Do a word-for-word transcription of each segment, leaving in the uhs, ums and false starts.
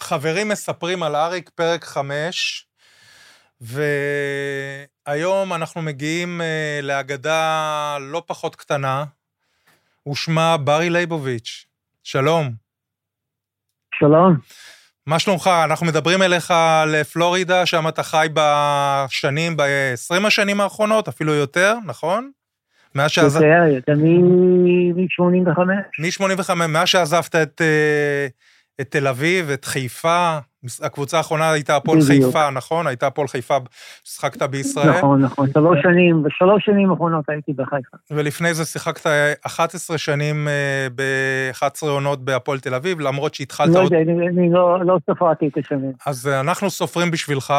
חברים מספרים על אריק, פרק חמש, והיום אנחנו מגיעים uh, להגדה לא פחות קטנה, ושמה ברי ליבוביץ'. שלום. שלום. מה שלומך? אנחנו מדברים אליך לפלורידה, שם אתה חי בשנים, ב-עשרים השנים האחרונות, אפילו יותר, נכון? יותר, יותר מ-שמונים וחמש. מ-שמונים וחמש, מאז שעזבת את... את תל אביב, את חיפה, הקבוצה האחרונה הייתה הפועל חיפה, נכון? הייתה הפועל חיפה, שחקת בישראל. נכון, נכון, שלוש שנים, בשלוש שנים האחרונות הייתי בחיפה. ולפני זה שיחקת אחת עשרה שנים ב-אחת עשרה עונות בהפועל תל אביב, למרות שהתחלת... לא יודע, אני לא ספרתי את השנים. אז אנחנו סופרים בשבילך,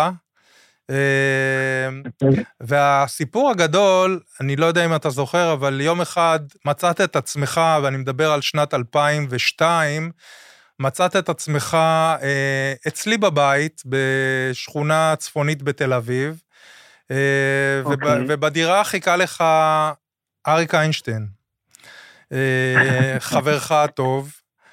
והסיפור הגדול, אני לא יודע אם אתה זוכר, אבל יום אחד מצאת את עצמך, ואני מדבר על שנת אלפיים ושתיים, מצאת את עצמך אה, אצלי בבית, בשכונה צפונית בתל אביב, אה, okay. וב, ובדירה חיכה לך אריק איינשטיין, אה, חברך הטוב,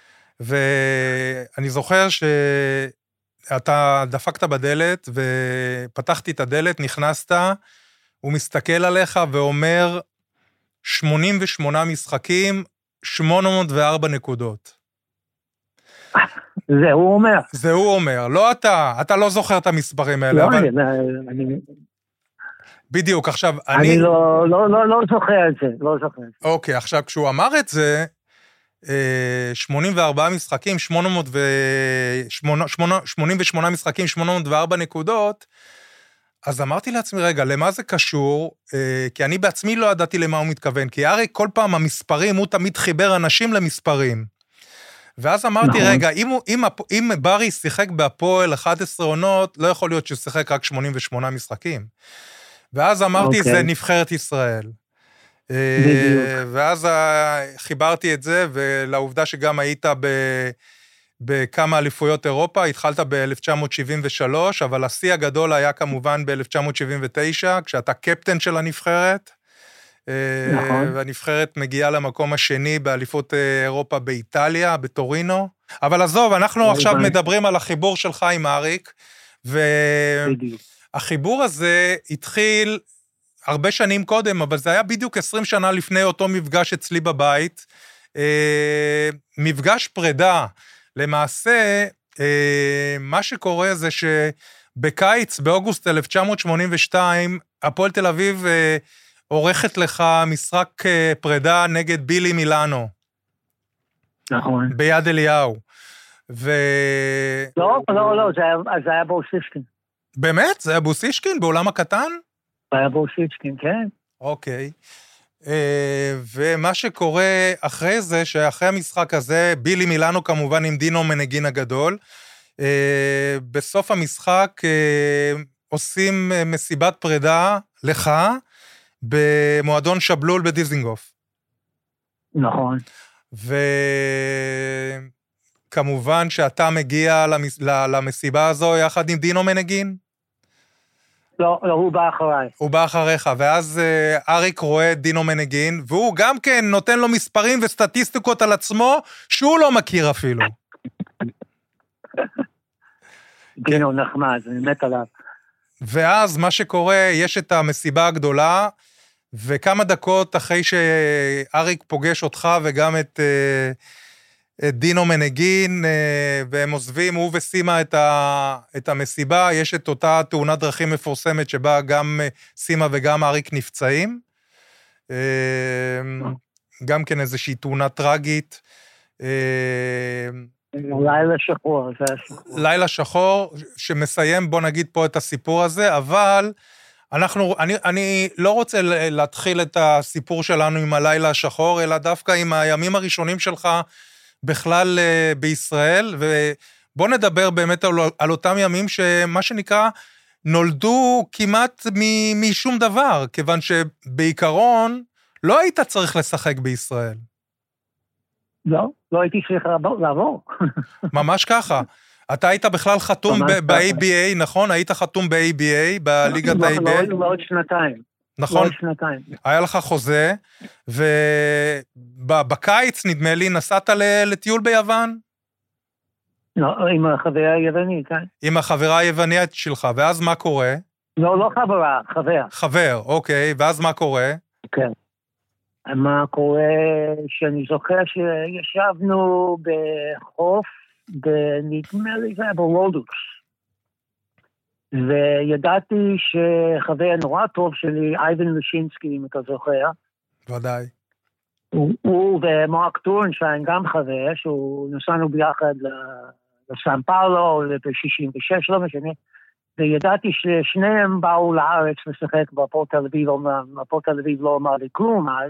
ואני זוכר שאתה דפקת בדלת, ופתחתי את הדלת, נכנסת, הוא מסתכל עליך ואומר, שמונים ושמונה משחקים, שמונה מאות וארבע נקודות. זה הוא אומר. זה הוא אומר, לא אתה, אתה לא זוכר את המספרים האלה, לא, אבל... אני, אני... בדיוק, עכשיו, אני... אני לא, לא, לא, לא זוכר את זה, לא זוכר את זה. אוקיי, עכשיו, כשהוא אמר את זה, שמונים וארבעה משחקים, שמונים ושמונה משחקים, שמונה מאות וארבע נקודות, אז אמרתי לעצמי, רגע, למה זה קשור? כי אני בעצמי לא ידעתי למה הוא מתכוון, כי הרי כל פעם המספרים, הוא תמיד חיבר אנשים למספרים. ואז אמרתי, נכון. רגע, אם, אם, אם ברי שיחק בהפועל אחת עשרה עונות, לא יכול להיות ששיחק רק שמונים ושמונה משחקים. ואז אמרתי, אוקיי. זה נבחרת ישראל. בדיוק. ואז חיברתי את זה, ולעובדה שגם היית ב, בכמה אליפויות אירופה, התחלת ב-אלף תשע מאות שבעים ושלוש, אבל השיא הגדול היה כמובן ב-אלף תשע מאות שבעים ותשע, כשאתה קפטן של הנבחרת, נכון. והנבחרת מגיעה למקום השני באליפות אירופה באיטליה, בטורינו. אבל עזוב, אנחנו עכשיו ביי. מדברים על החיבור שלך עם אריק, והחיבור הזה התחיל הרבה שנים קודם, אבל זה היה בדיוק עשרים שנה לפני אותו מפגש אצלי בבית, מפגש פרידה. למעשה, מה שקורה זה שבקיץ, באוגוסט אלף תשע מאות שמונים ושתיים, הפועל תל אביב עורכת לך משחק פרידה נגד בילי מילאנו. נכון. ביד אליהו. ו... לא, לא, לא, זה היה, זה היה בוסישקין. באמת? זה היה בוסישקין? בעולם הקטן? זה היה בוסישקין, כן. אוקיי. ומה שקורה אחרי זה, שאחרי המשחק הזה, בילי מילאנו כמובן עם דינו מנגין הגדול, בסוף המשחק עושים מסיבת פרידה לך, במועדון שבלול בדיזינגוף. נכון. וכמובן שאתה מגיע למס... למסיבה הזו יחד עם דינו מנגין? לא, לא, הוא בא אחריי. הוא בא אחריך, ואז אריק רואה את דינו מנגין, והוא גם כן נותן לו מספרים וסטטיסטיקות על עצמו, שהוא לא מכיר אפילו. דינו נחמד, אני מת עליו. ואז מה שקורה, יש את המסיבה הגדולה, וכמה דקות אחרי שאריק פוגש אותך וגם את, את דינו מנגין, והם עוזבים, הוא וסימה את, ה, את המסיבה, יש את אותה תאונת דרכים מפורסמת, שבה גם סימה וגם אריק נפצעים, גם כן איזושהי תאונה טרגית, לילה שחור, זה השחור. לילה שחור, שמסיים, בוא נגיד פה את הסיפור הזה, אבל אנחנו, אני, אני לא רוצה להתחיל את הסיפור שלנו עם הלילה השחור, אלא דווקא עם הימים הראשונים שלך בכלל בישראל, ובוא נדבר באמת על, על אותם ימים שמה שנקרא, נולדו כמעט משום דבר, כיוון שבעיקרון לא היית צריך לשחק בישראל. לא, לא הייתי צריך לעבור. ממש ככה. אתה היית בכלל חתום ב-איי בי איי, נכון? היית חתום ב-איי בי איי, בליגת ה-איי בי איי? בעוד שנתיים. נכון? בעוד שנתיים. היה לך חוזה, ובקיץ, נדמה לי, נסעת לטיול ביוון? לא, עם החברה היוונית, כן? עם החברה היוונית שלך, ואז מה קורה? לא, לא חברה, חבר. חבר, אוקיי, ואז מה קורה? כן. מה קורה, שאני זוכר שישבנו בחוף, נדמה לי זה היה ברודוס, וידעתי שחבר נורא טוב שלי, אייבן לשינסקי, אם אתה זוכר. ודאי. הוא, הוא ומרק טורנשיין גם חבר, שהוא נסענו ביחד לסן פאולו, ב-שישים ושש, לא משנה, וידעתי ששניהם באו לארץ לשחק בפועל תל אביב, הפועל תל אביב לא אמר לי כלום אז,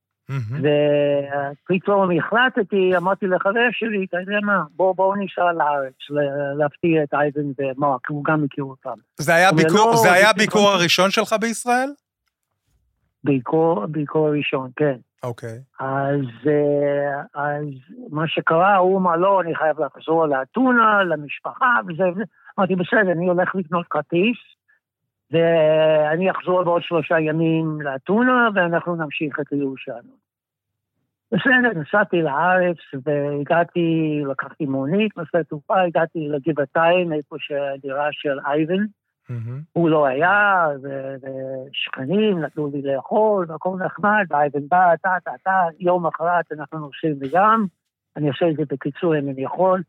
ופתאום החלטתי, אמרתי לחבר שלי, אתה יודע מה, בואו בוא ניסע לארץ, להפתיע את אייבן ומרק, הוא גם מכיר אותם. זה היה ביקור, זה היה ביקור הראשון שלך בישראל? ביקור, ביקור הראשון, כן. אוקיי. אז, אז מה שקרה, הוא אמר, לא, אני חייב לחזור לאתונה, למשפחה, וזה, אמרתי, בסדר, אני הולך לקנות כרטיס, ואני אחזור בעוד שלושה ימים לאתונה, ואנחנו נמשיך את הטיול שלנו. בסדר, נסעתי לארץ, והגעתי, לקחתי מונית, נסעתי תעופה, הגעתי לגבעתיים, איפה שהדירה של אייבן, הוא לא היה, ושכנים נתנו לי לאכול, והכל נחמד, אייבן בא, טה, טה, טה, יום אחרת אנחנו נוסעים בים, אני עושה את זה בקיצור אם אני יכול,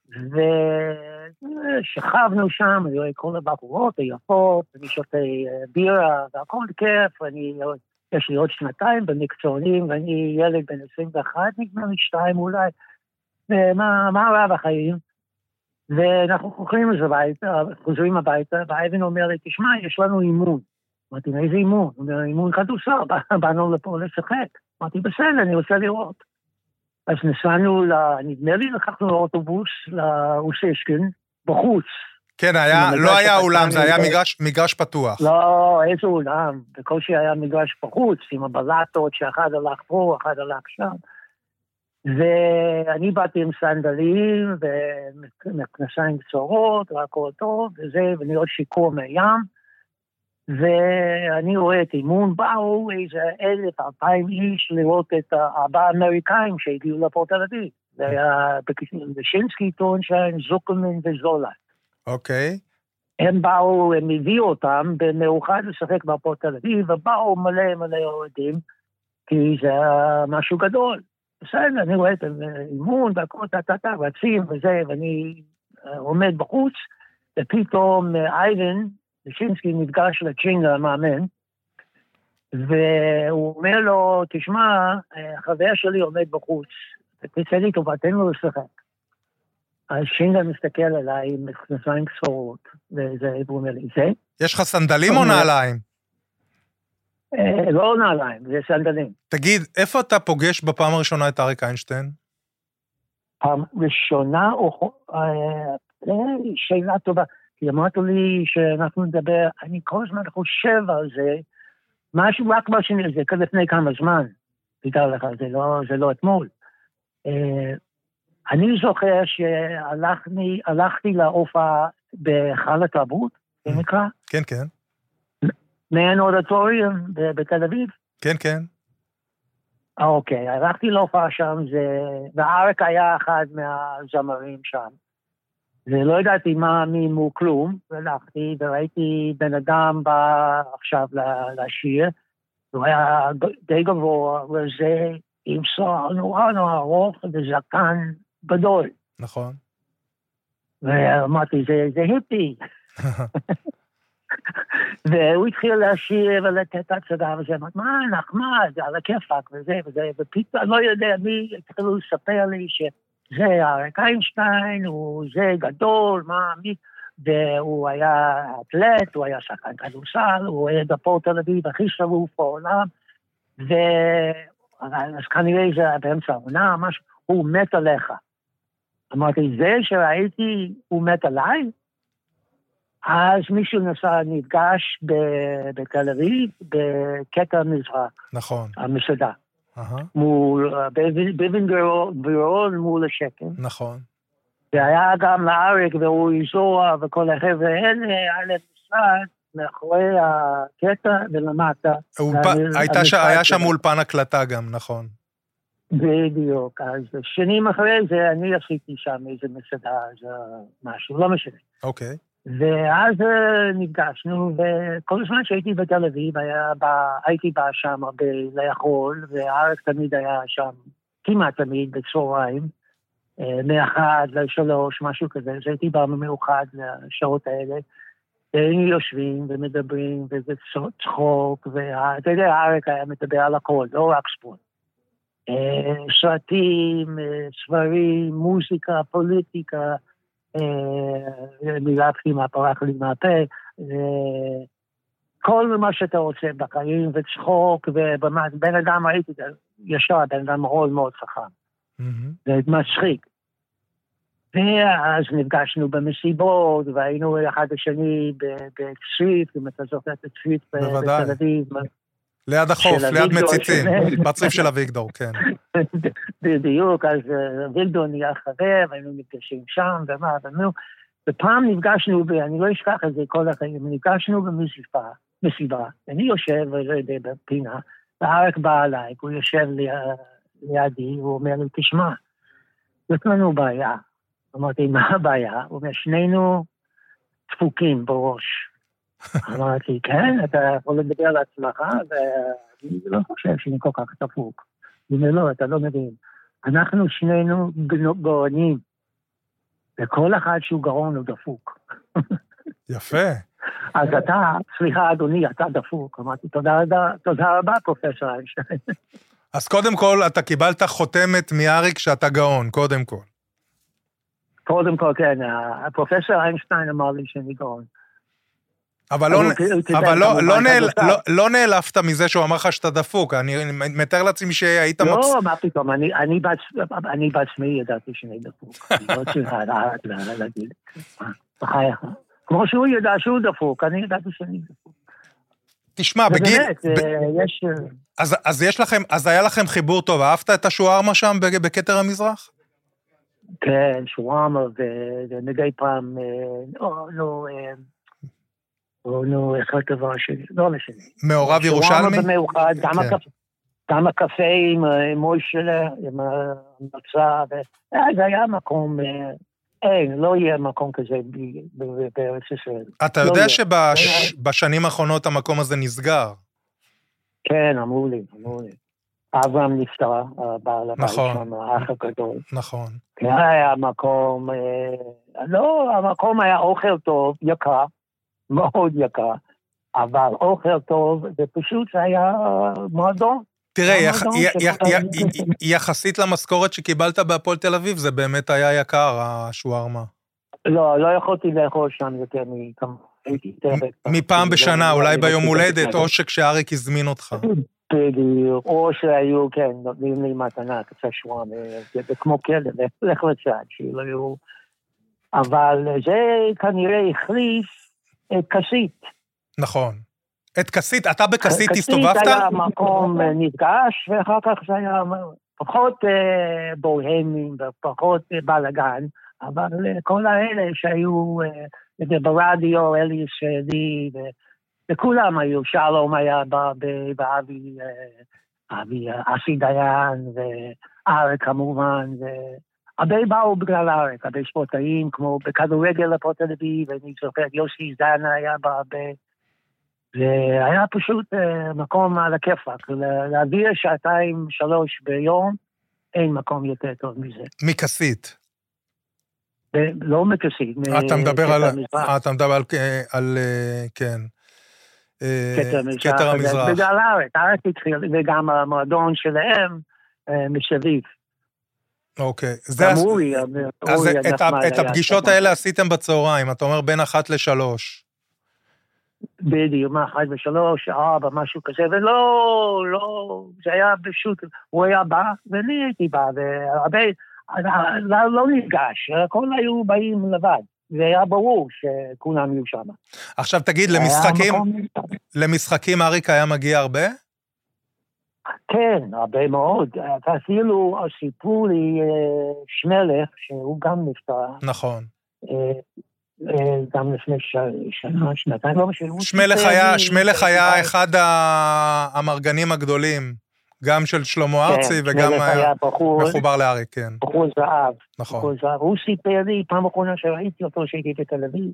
ושכבנו שם, אני רואה כל הבחורות היפות, אני שותה בירה, והכל כיף, ואני, יש לי עוד שנתיים במקצוענים, ואני ילד בן עשרים ואחת, נגמר לי שתיים אולי, ומה מה רע בחיים? ואנחנו חוזרים הביתה, חוזרים הביתה, ואייבן אומר לי, תשמע, יש לנו אימון. אמרתי, איזה אימון? הוא אומר, אימון כדורסל, באנו לפה לשחק. אמרתי, בסדר, אני רוצה לראות. אז נסענו, נדמה לי, לקחנו לאוטובוס, לאוסישקין, בחוץ. כן, היה, לא היה אולם, זה היה מגרש, מגרש פתוח. לא, איזה אולם, בקושי היה מגרש בחוץ, עם הבלטות שאחד הלך פה, אחד הלך שם. ואני באתי עם סנדלים, ומכנסיים קצרות, והכל טוב, וזה, ואני עוד שיקור מהים, ואני רואה את אימון, באו איזה אלף, אלפיים איש לראות את הארבעה אמריקאים שהגיעו לפועל תל אביב. זה היה בשינסקי, טורנשיין, זוקרמן וזולה. אוקיי. הם באו, הם הביאו אותם במאוחד לשחק בפועל תל אביב, ובאו מלא מלא אוהדים, כי זה משהו גדול. בסדר, אני רואה את האימון, והכל תתתה, רצים וזה, ואני עומד בחוץ, ופתאום אייבן, לשינסקי נפגש לצ'ינגה, המאמן, והוא אומר לו, תשמע, החבר שלי עומד בחוץ, תצא לי טובתנו לשחק. אז שינגה מסתכל עליי עם מכנסיים קצרות, וזה, הוא אומר לי, זה? יש לך סנדלים או נעליים? לא נעליים, זה סנדלים. תגיד, איפה אתה פוגש בפעם הראשונה את אריק איינשטיין? פעם ראשונה, שאלה טובה, כי אמרת לי שאנחנו נדבר, אני כל הזמן חושב על זה, משהו רק מה שאני, זה כזה לפני כמה זמן, תדע לך, זה לא, זה לא אתמול. אני זוכר שהלכתי להופעה בהיכל התרבות, זה נקרא? כן, כן. מעין אודיטוריום בתל אביב? כן, כן. אוקיי, הלכתי להופעה שם, ואריק היה אחד מהזמרים שם. ולא ידעתי מה מימו כלום, והלכתי וראיתי בן אדם בא עכשיו לשיר, הוא היה די גבוה, וזה עם שיער נורא נורא ארוך וזקן גדול. נכון. ואמרתי, זה, זה היפי. והוא התחיל להשאיר ולתת הצדה וזה, אמרתי, מה, נחמד, על הכיפק וזה וזה, ופתאום לא יודע מי התחילו לספר לי שזה אריק איינשטיין, הוא זה גדול, מה, מי, והוא היה אתלט, הוא היה שחקן כדורסל, הוא היה בפועל תל אביב הכי שרוף בעולם, ואז כנראה זה באמצע העונה, משהו, הוא מת עליך. אמרתי, זה שראיתי, הוא מת עליי? אז מישהו נסע, נפגש בתל אביב, בקטע מזרח. נכון. המסעדה. מול, בבן גבירון מול השקל. נכון. והיה גם לאריק והוא איזוע וכל החבר'ה האלה, היה להם משרד מאחורי הקטע ולמטה. היה שם אולפן הקלטה גם, נכון. בדיוק, אז שנים אחרי זה אני עשיתי שם איזה מסעדה, אז משהו, לא משנה. אוקיי. ואז נפגשנו, וכל הזמן שהייתי בתל אביב, הייתי בא שם לאכול, והארץ תמיד היה שם, כמעט תמיד בצהריים, מאחד לשלוש, משהו כזה, אז הייתי בא מאוחד לשעות האלה, והיינו יושבים ומדברים, וזה צחוק, ואתה יודע, הארץ היה מדבר על הכל, לא רק ספורט. סרטים, ספרים, מוזיקה, פוליטיקה, מילה פנימה פרח לי מהפה, כל מה שאתה רוצה בחיים, וצחוק, ובן אדם ראיתי, ישר, בן אדם מאוד מאוד חכם. זה מצחיק. ואז נפגשנו במסיבות, והיינו אחד השני בצריף, אם אתה זוכר את הצריף בתל אביב. ליד החוף, ליד מציצים, בצריף של אביגדור, כן. בדיוק, אז וילדור נהיה חבר, והיינו נפגשים שם, ומה, ונו, ופעם נפגשנו, ואני לא אשכח את זה כל החיים, נפגשנו במסיבה, מסיבה, אני יושב, ולא יודע, בפינה, והארק בא עליי, הוא יושב לידי, הוא אומר לי, תשמע, יש לנו בעיה. אמרתי, מה הבעיה? הוא אומר, שנינו דפוקים בראש. אמרתי, כן, אתה יכול לדבר על עצמך, ואני לא חושב שאני כל כך דפוק. הוא אומר, לא, אתה לא מבין. אנחנו שנינו גאונים, וכל אחד שהוא גאון הוא דפוק. יפה. אז אתה, סליחה אדוני, אתה דפוק. אמרתי, תודה, תודה רבה, פרופסור איינשטיין. אז קודם כל, אתה קיבלת חותמת מאריק שאתה גאון, קודם כל. קודם כל, כן, הפרופסור איינשטיין אמר לי שאני גאון. אבל לא, אבל לא, לא, נעל, לא, לא נעלפת מזה שהוא אמר לך שאתה דפוק, אני מתאר לעצמי שהיית לא, מוצ... לא, מה פתאום, אני, אני, בעצ... אני בעצמי ידעתי שאני דפוק, אני לא צריכה להגיד, בחייך. כמו שהוא ידע שהוא דפוק, אני ידעתי שאני דפוק. תשמע, בגיל... באמת, ב... יש... אז, אז יש לכם, אז היה לכם חיבור טוב, אהבת את השוארמה שם בכתר המזרח? כן, שוארמה, ומדי פעם, לא, לא... או נו, איך הדבר שלי, לא משנה. מעורב ירושלמי? במיוחד, גם הקפה עם מוישלה, עם המצה, זה היה מקום, אין, לא יהיה מקום כזה בארץ ישראל. אתה יודע שבשנים האחרונות המקום הזה נסגר? כן, אמרו לי, אמרו לי. אברהם נפטר, הבעל הבית שם, האח הגדול. נכון. כן, היה מקום, לא, המקום היה אוכל טוב, יקר, מאוד יקר, אבל אוכל טוב, זה פשוט היה מועדון. תראה, יחסית למשכורת שקיבלת בהפועל תל אביב, זה באמת היה יקר, השוארמה. לא, לא יכולתי לאכול שם יותר מכמה. מפעם בשנה, אולי ביום הולדת, או שכשאריק הזמין אותך. בדיוק, או שהיו, כן, נותנים לי מתנה, קצת שוארמה, זה כמו כלב, לך לצד, שלא יהיו... אבל זה כנראה החליף את כסית. נכון. את כסית, אתה בכסית הסתובבת? כסית היה מקום נפגש, ואחר כך זה היה פחות בוהמים ופחות בלגן, אבל כל האלה שהיו ברדיו, אלי ישראלי, וכולם היו, שלום היה באבי, אסי דיין, ואריק כמובן, הרבה באו בגלל הארץ, הרבה ספורטאים, כמו בכדורגל הפועל תל אביב, ואני זוכר, יוסי זנה היה בהרבה, והיה פשוט uh, מקום על הכיפק, להעביר שעתיים, שלוש ביום, אין מקום יותר טוב מזה. מכסית. ב- לא מכסית. אתה מדבר על, אתה מדבר על, על, כן. כתר המזרח. בגלל הארץ, הארץ התחיל, וגם המועדון שלהם, משביב. אוקיי. אז את הפגישות האלה עשיתם בצהריים, אתה אומר בין אחת לשלוש. בדיוק, מה, אחת ושלוש, ארבע, משהו כזה, ולא, לא, זה היה פשוט, הוא היה בא, ואני הייתי בא, והרבה, לא נפגש, הכל היו באים לבד, והיה ברור שכולם יהיו שם. עכשיו תגיד, למשחקים, למשחקים אריק היה מגיע הרבה? כן, הרבה מאוד. אפילו סיפרו לי שמלך, שהוא גם נפטר. נכון. גם לפני שנה, שנתיים, לא משהו. שמלך היה, שמלך היה אחד המרגנים הגדולים, גם של שלמה ארצי, וגם היה מחובר לאריק, כן. בחור זהב. נכון. בחור זהב. הוא סיפר לי, פעם אחרונה שראיתי אותו, שהייתי בתל אביב,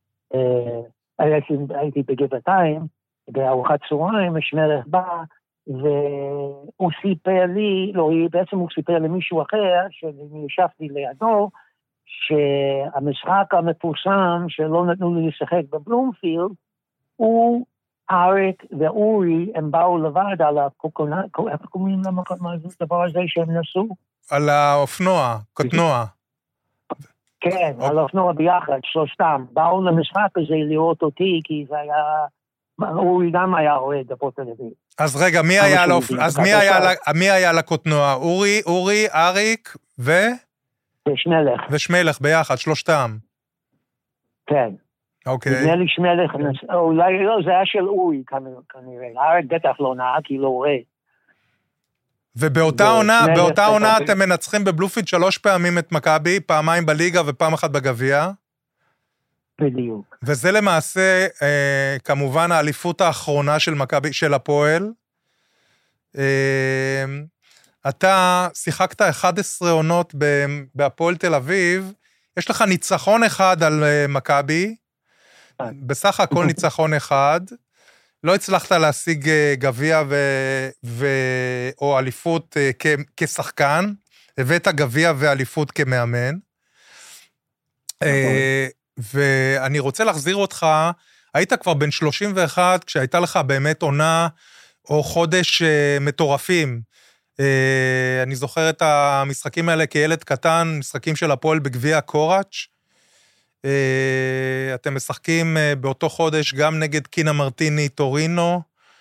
הייתי בגבעתיים, בארוחת צהריים, השמלך בא, והוא סיפר לי, לא, בעצם הוא סיפר למישהו אחר, שאני ישבתי לידו, שהמשחק המפורסם שלא נתנו לי לשחק בבלומפילד, הוא, אריק ואורי, הם באו לבד על הקוקונט, איך קוראים לדבר הזה שהם נסו? על האופנוע, קוטנוע. כן, על האופנוע ביחד, שלושתם. באו למשחק הזה לראות אותי, כי זה היה, אורי גם היה אוהד הפועל תל אביב. אז רגע, מי היה לאופנוע? אז מי היה לקוטנוע? אורי, אורי, אריק ו... ושמלך. ושמלך ביחד, שלושתם. כן. אוקיי. נדמה לי שמלך, אולי לא, זה היה של אורי כנראה. אריק בטח לא נהג, כי לא רואה. ובאותה עונה, באותה עונה אתם מנצחים בבלומפילד שלוש פעמים את מכבי, פעמיים בליגה ופעם אחת בגביע. בדיוק. וזה למעשה, אה, כמובן, האליפות האחרונה של מכבי, של הפועל. אה, אתה שיחקת אחת עשרה עונות בהפועל תל אביב, יש לך ניצחון אחד על אה, מכבי, בסך הכל ניצחון אחד, לא הצלחת להשיג גביע ו... ו... או אליפות כ... כשחקן, הבאת גביע ואליפות כמאמן. ואני רוצה להחזיר אותך, היית כבר בן שלושים ואחת, כשהייתה לך באמת עונה או חודש מטורפים. אני זוכר את המשחקים האלה כילד קטן, משחקים של הפועל בגביע קוראץ', אתם משחקים באותו חודש גם נגד קינה מרטיני טורינו,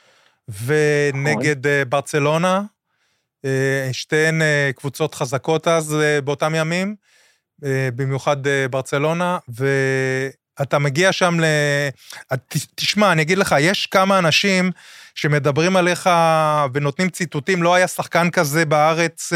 ונגד ברצלונה, שתיהן קבוצות חזקות אז באותם ימים, במיוחד ברצלונה, ואתה מגיע שם ל... תשמע, אני אגיד לך, יש כמה אנשים שמדברים עליך ונותנים ציטוטים, לא היה שחקן כזה בארץ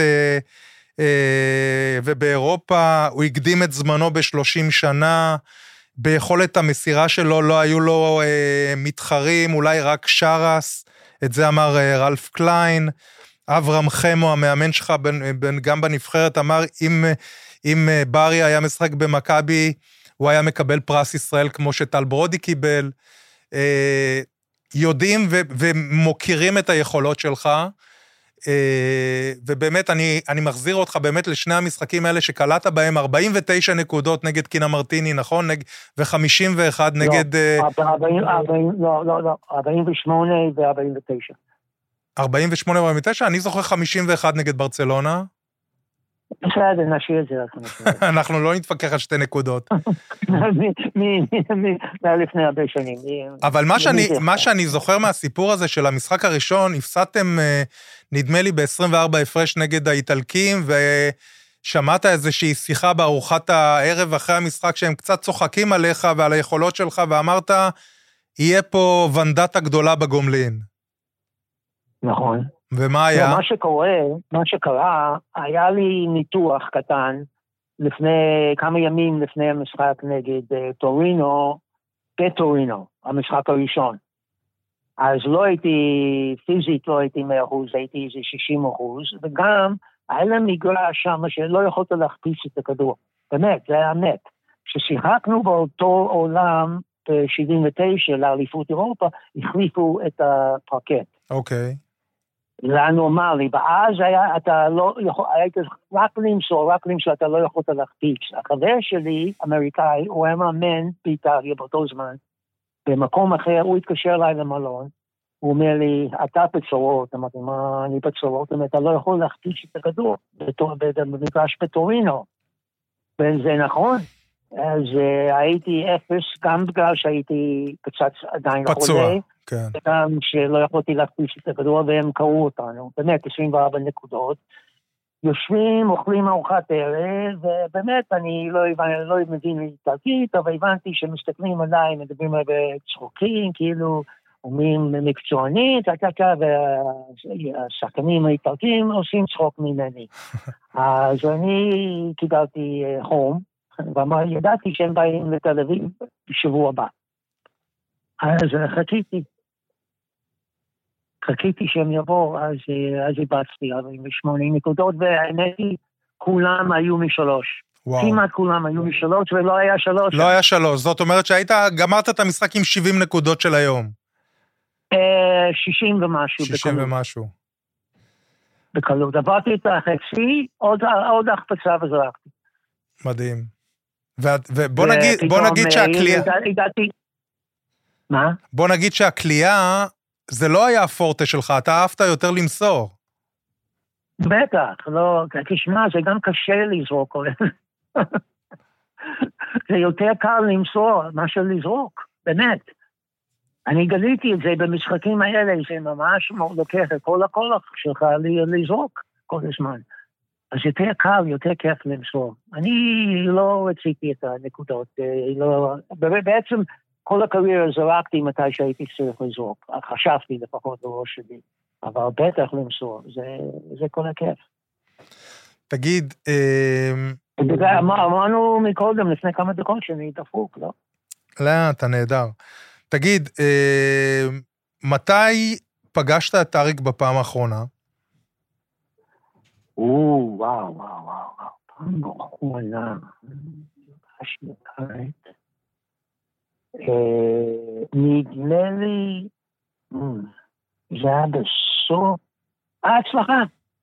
ובאירופה, הוא הקדים את זמנו בשלושים שנה, ביכולת המסירה שלו לא היו לו מתחרים, אולי רק שרס, את זה אמר רלף קליין, אברהם חמו, המאמן שלך גם בנבחרת, אמר, אם, אם ברי היה משחק במכבי, הוא היה מקבל פרס ישראל כמו שטל ברודי קיבל, יודעים ו- ומוכירים את היכולות שלך, ובאמת אני, אני מחזיר אותך באמת לשני המשחקים האלה שקלעת בהם ארבעים ותשע נקודות נגד קינה מרטיני, נכון? ו-חמישים ואחת נגד... לא, לא, לא, ארבעים ושמונה ו-ארבעים ותשע. ארבעים ושמונה ו-ארבעים ותשע? אני זוכר חמישים ואחת נגד ברצלונה. בסדר, נשאיר את זה. אנחנו לא נתפקח על שתי נקודות. לפני הרבה שנים. אבל מה שאני זוכר מהסיפור הזה של המשחק הראשון, הפסדתם, נדמה לי, ב-עשרים וארבע הפרש נגד האיטלקים, ושמעת איזושהי שיחה בארוחת הערב אחרי המשחק, שהם קצת צוחקים עליך ועל היכולות שלך, ואמרת, יהיה פה ונדטה גדולה בגומלין. נכון. ומה היה? מה שקורה, מה שקרה, היה לי ניתוח קטן, לפני כמה ימים לפני המשחק נגד טורינו, בטורינו, המשחק הראשון. אז לא הייתי, פיזית לא הייתי מאה אחוז, הייתי איזה שישים אחוז, וגם היה להם מגרש שם שלא יכולת להכפיס את הכדור. באמת, זה היה מת. כששיחקנו באותו עולם ב-שבעים ותשע לאליפות אירופה, החליפו את הפרקט. אוקיי. זה הנורמלי, ואז היה, אתה לא יכול, היית רק למסור, רק למסור, אתה לא יכולת להכפיץ. החבר שלי, אמריקאי, הוא היה מאמן באיטליה באותו זמן, במקום אחר, הוא התקשר אליי למלון, הוא אומר לי, אתה בצורות, אמרתי, מה אני בצורות? אמרתי, אתה לא יכול להכפיץ את הכדור, במגרש בטורינו, וזה נכון. אז הייתי אפס, גם בגלל שהייתי קצת עדיין פצוע, כן. גם שלא יכולתי להכפיש את הכדור, והם קראו אותנו, באמת, עשרים וארבע נקודות, יושבים, אוכלים ארוחת ערב, ובאמת, אני לא, לא מבין איטלקית, אבל הבנתי שמסתכלים עליי, מדברים בצחוקים, כאילו, אומרים מקצוענית, והשחקנים האיטלקים עושים צחוק ממני. אז אני קיבלתי חום, וידעתי שהם באים לתל אביב בשבוע הבא. אז חכיתי. חיכיתי שהם יבואו, אז, אז איבצתי ארבעים ושמונה נקודות, והאמת היא, כולם היו משלוש. וואו. כמעט כולם היו משלוש, ולא היה שלוש. לא היה שלוש, זאת אומרת שהיית, גמרת את המשחק עם שבעים נקודות של היום. שישים ומשהו. שישים ומשהו. בקלות. עברתי את החצי, עוד, עוד החפצה וזרקתי. מדהים. ובוא נגיד, בוא נגיד שהקליעה... הגעתי... מה? בוא נגיד שהקליעה, זה לא היה הפורטה שלך, אתה אהבת יותר למסור. בטח, לא, תשמע, זה גם קשה לזרוק. זה יותר קל למסור, מאשר לזרוק, באמת. אני גליתי את זה במשחקים האלה, זה ממש לוקח את כל הכוח שלך לזרוק כל הזמן. אז יותר קל, יותר כיף למסור. אני לא רציתי את הנקודות, לא, בעצם כל הקריירה זרקתי מתי שהייתי צריך לזרוק. חשבתי לפחות בראש שלי, אבל בטח למסור, זה, זה כל הכיף. תגיד, אמרנו מקודם, לפני כמה דקות שאני דפוק, לא? לא, אתה נהדר. תגיד, מתי פגשת את אריק בפעם האחרונה? או, וואו, וואו, וואו, פעם האחרונה, פגשתי את אריק. נדמה לי, זה היה בסוף, אה, הצלחה.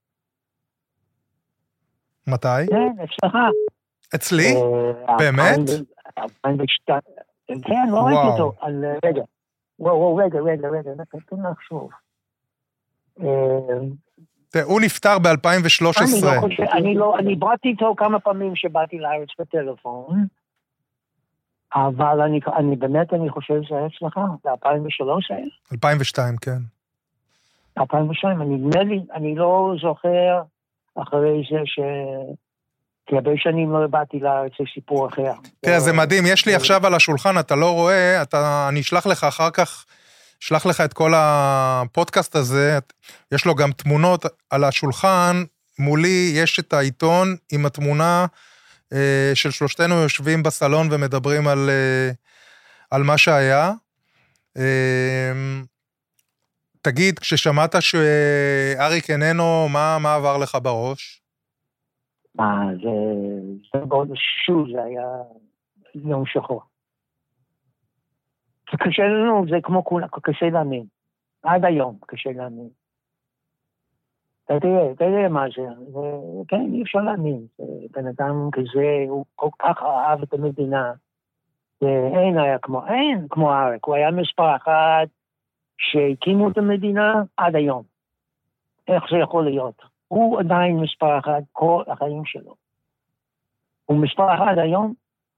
מתי? כן, הצלחה. אצלי? באמת? כן, לא ראיתי אותו, על רגע. וואו, רגע, רגע, רגע, תן לחשוב. הוא נפטר ב-אלפיים ושלוש עשרה. אני לא, אני באתי איתו כמה פעמים שבאתי לארץ בטלפון, אבל אני, אני באמת, אני חושב שזה היה אצלך, זה אלפיים ושלוש היה? אלפיים ושתיים, כן. אלפיים ושתיים, אני נדמה לי, אני לא זוכר אחרי זה ש... כי הרבה שנים לא באתי לארץ, זה סיפור אחר. תראה, זה מדהים, יש לי עכשיו על השולחן, אתה לא רואה, אתה, אני אשלח לך אחר כך, אשלח לך את כל הפודקאסט הזה, יש לו גם תמונות על השולחן, מולי יש את העיתון עם התמונה אה, של שלושתנו יושבים בסלון ומדברים על, אה, על מה שהיה. אה, תגיד, כששמעת שאריק איננו, מה, מה עבר לך בראש? מה, זה, זה מאוד שוב, זה היה יום שחור. זה קשה לנו, זה כמו כולם, קשה להאמין. עד היום קשה להאמין. אתה יודע, אתה יודע מה זה, כן, אי אפשר להאמין. בן אדם כזה, הוא כל כך אהב את המדינה, ואין היה כמו, אין כמו אריק, הוא היה מספר אחד שהקימו את המדינה עד היום. איך זה יכול להיות? הוא עדיין מספר אחד כל החיים שלו. הוא מספר אחד היום.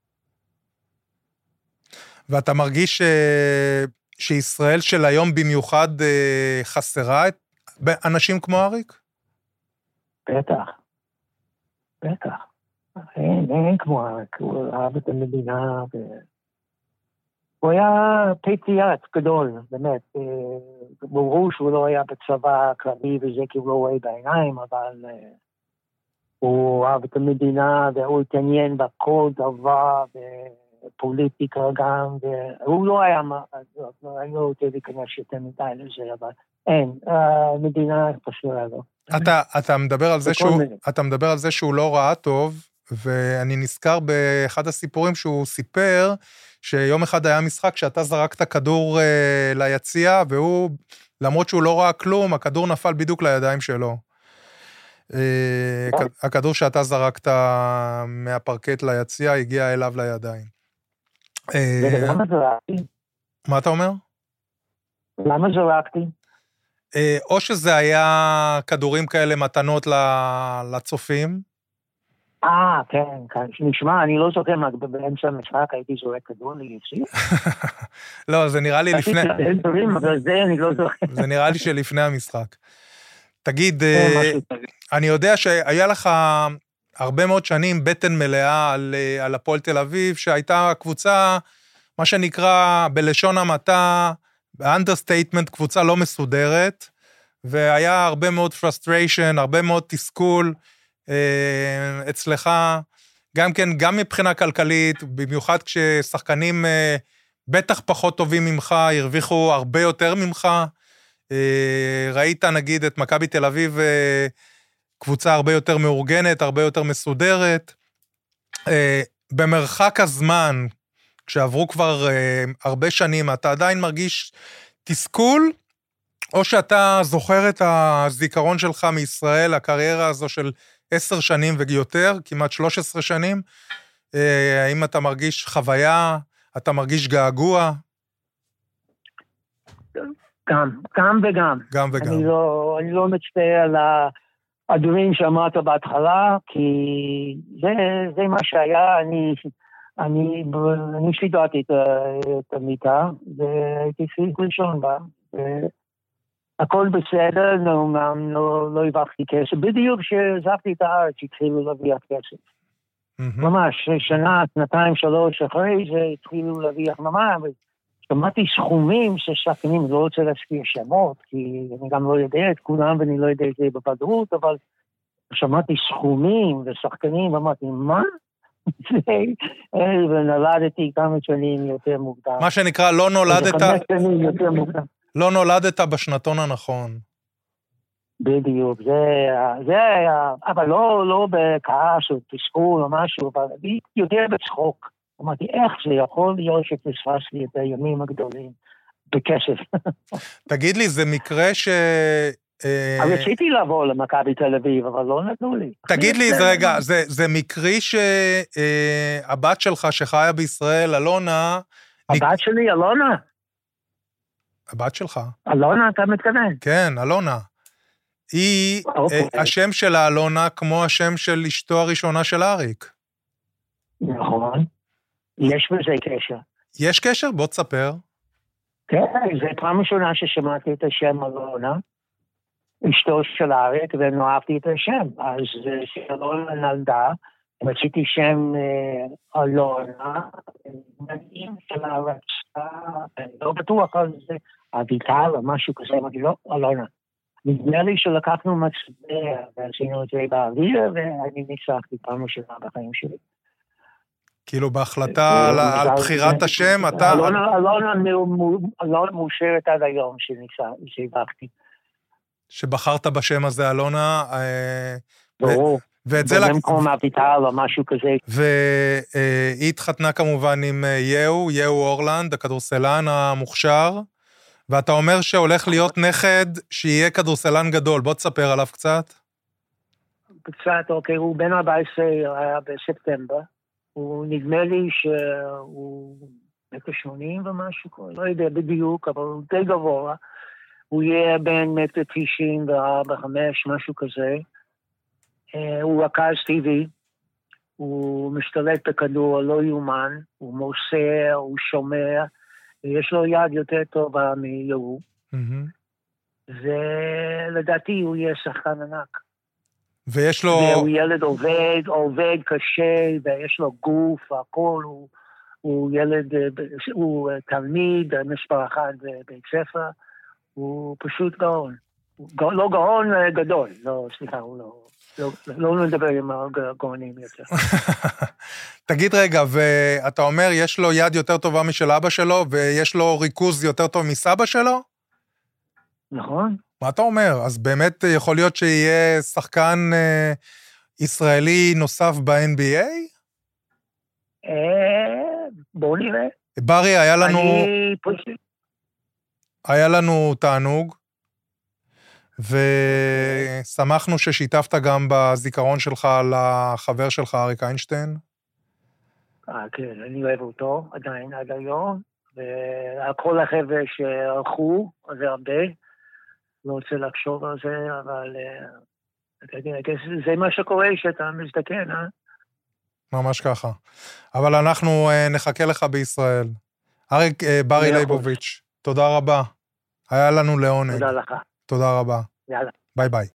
ואתה מרגיש ש... שישראל של היום במיוחד חסרה את אנשים כמו אריק? בטח. בטח. אין, אין כמו אריק. הוא אהב את המדינה. ו... הוא היה פטריוט גדול, באמת. ברור שהוא לא היה בצבא קרבי וזה כי הוא לא רואה בעיניים, אבל הוא אהב את המדינה והוא התעניין בכל דבר ופוליטיקה גם, והוא לא היה, אני לא רוצה להיכנס יותר מדי לזה, אבל אין, המדינה חסרה לו. אתה, אתה מדבר על זה שהוא, אתה מדבר על זה שהוא לא ראה טוב, ואני נזכר באחד הסיפורים שהוא סיפר, שיום אחד היה משחק שאתה זרקת כדור אה, ליציע, והוא, למרות שהוא לא ראה כלום, הכדור נפל בדיוק לידיים שלו. אה, הכדור שאתה זרקת מהפרקט ליציע, הגיע אליו לידיים. אה, למה זרקתי? מה אתה אומר? למה זרקתי? אה, או שזה היה כדורים כאלה מתנות לצופים, אה, כן, כן. נשמע, אני לא זוכר מה, באמצע המשחק הייתי זורק כדור ליציע. לא, זה נראה לי לפני... אבל זה אני לא זוכר. זה נראה לי שלפני המשחק. תגיד, אני יודע שהיה לך הרבה מאוד שנים בטן מלאה על, על הפועל תל אביב, שהייתה קבוצה, מה שנקרא בלשון המעטה, באנדרסטייטמנט, קבוצה לא מסודרת, והיה הרבה מאוד פרסטריישן, הרבה מאוד תסכול, אצלך, גם כן, גם מבחינה כלכלית, במיוחד כששחקנים בטח פחות טובים ממך, הרוויחו הרבה יותר ממך, ראית נגיד את מכבי תל אביב, קבוצה הרבה יותר מאורגנת, הרבה יותר מסודרת. במרחק הזמן, כשעברו כבר הרבה שנים, אתה עדיין מרגיש תסכול, או שאתה זוכר את הזיכרון שלך מישראל, הקריירה הזו של עשר שנים ויותר, כמעט שלוש עשרה שנים, האם אתה מרגיש חוויה, אתה מרגיש געגוע? גם, גם וגם. גם וגם. אני לא, אני לא מצטער על הדברים שאמרת בהתחלה, כי זה, זה מה שהיה, אני, אני, אני שידעתי את, את המיטה, והייתי צריך לישון בה, הכל בסדר, לא, לא, לא הבחתי כסף. בדיוק כשעזבתי את הארץ, התחילו להרוויח כסף. Mm-hmm. ממש, שנה, שנתיים, שלוש, אחרי זה התחילו להרוויח ממש, שמעתי סכומים ששחקנים, לא רוצה להזכיר שמות, כי אני גם לא יודע את כולם, ואני לא יודע את זה בוודאות, אבל שמעתי סכומים ושחקנים, ואמרתי, מה? ונולדתי כמה שנים יותר מוקדם. מה שנקרא, לא נולדת... חמש שנים יותר מוקדם. לא נולדת בשנתון הנכון. בדיוק, זה, זה היה, אבל לא, לא בכעס או תסכול או משהו, אבל יותר בצחוק. אמרתי, איך זה יכול להיות שפספסתי את הימים הגדולים בכסף? תגיד לי, זה מקרה ש... רציתי לבוא למכבי תל אביב, אבל לא נתנו לי. תגיד לי, זה רגע, זה, זה מקרי שהבת שלך שחיה בישראל, אלונה... הבת שלי, אלונה? הבת שלך. אלונה, אתה מתכוון? כן, אלונה. היא, okay. השם שלה אלונה, כמו השם של אשתו הראשונה של אריק. נכון. יש בזה קשר. יש קשר? בוא תספר. כן, זה פעם ראשונה ששמעתי את השם אלונה, אשתו של אריק, ונאהבתי את השם. אז כשאלונה נולדה, רציתי שם אלונה, מדהים שלה רצתה, אני לא בטוח על זה, אביטל או משהו כזה, אמרתי לא, אלונה. נדמה לי שלקחנו מצבע, ועשינו את זה באוויר, ואני ניצחתי פעם ראשונה בחיים שלי. כאילו בהחלטה על בחירת השם, אתה... אלונה מאושרת עד היום שניצחתי. שבחרת בשם הזה, אלונה... ברור. ואת זה... במקום אביטל או משהו כזה. והיא התחתנה כמובן עם יאו, יאו אורלנד, הכדורסלן המוכשר, ואתה אומר שהולך להיות נכד שיהיה כדורסלן גדול. בוא תספר עליו קצת. קצת, אוקיי, הוא בן ארבע עשרה היה בספטמבר. הוא נדמה לי שהוא מטר שמונים ומשהו, לא יודע בדיוק, אבל הוא די גבוה. הוא יהיה בין מטר תשעים וארבע, חמש, משהו כזה. הוא רכז טבעי, הוא משתלט בכדור, לא יומן, הוא מוסר, הוא שומר, יש לו יד יותר טובה מיהו. ולדעתי הוא יהיה שחקן ענק. ויש לו... והוא ילד עובד, עובד קשה, ויש לו גוף, הכל, הוא, הוא ילד, הוא תלמיד, מספר אחד בבית ספר, הוא פשוט גאון. לא גאון גדול, לא, סליחה, הוא לא... לא, לא נדבר עם הגאונים יותר. תגיד רגע, ואתה אומר, יש לו יד יותר טובה משל אבא שלו, ויש לו ריכוז יותר טוב מסבא שלו? נכון. מה אתה אומר? אז באמת יכול להיות שיהיה שחקן אה, ישראלי נוסף ב-אן בי איי? אה, בואו נראה. ברי, היה לנו... אני פשוט... היה לנו תענוג, ושמחנו ששיתפת גם בזיכרון שלך לחבר שלך, אריק איינשטיין. אה, כן, אני אוהב אותו עדיין עד היום, וכל החבר'ה שהלכו, זה הרבה, לא רוצה לחשוב על זה, אבל זה מה שקורה שאתה מזדקן, אה? ממש ככה. אבל אנחנו נחכה לך בישראל. אריק, ברי ליבוביץ', תודה רבה. היה לנו לעונג. תודה לך. תודה רבה. יאללה. ביי ביי.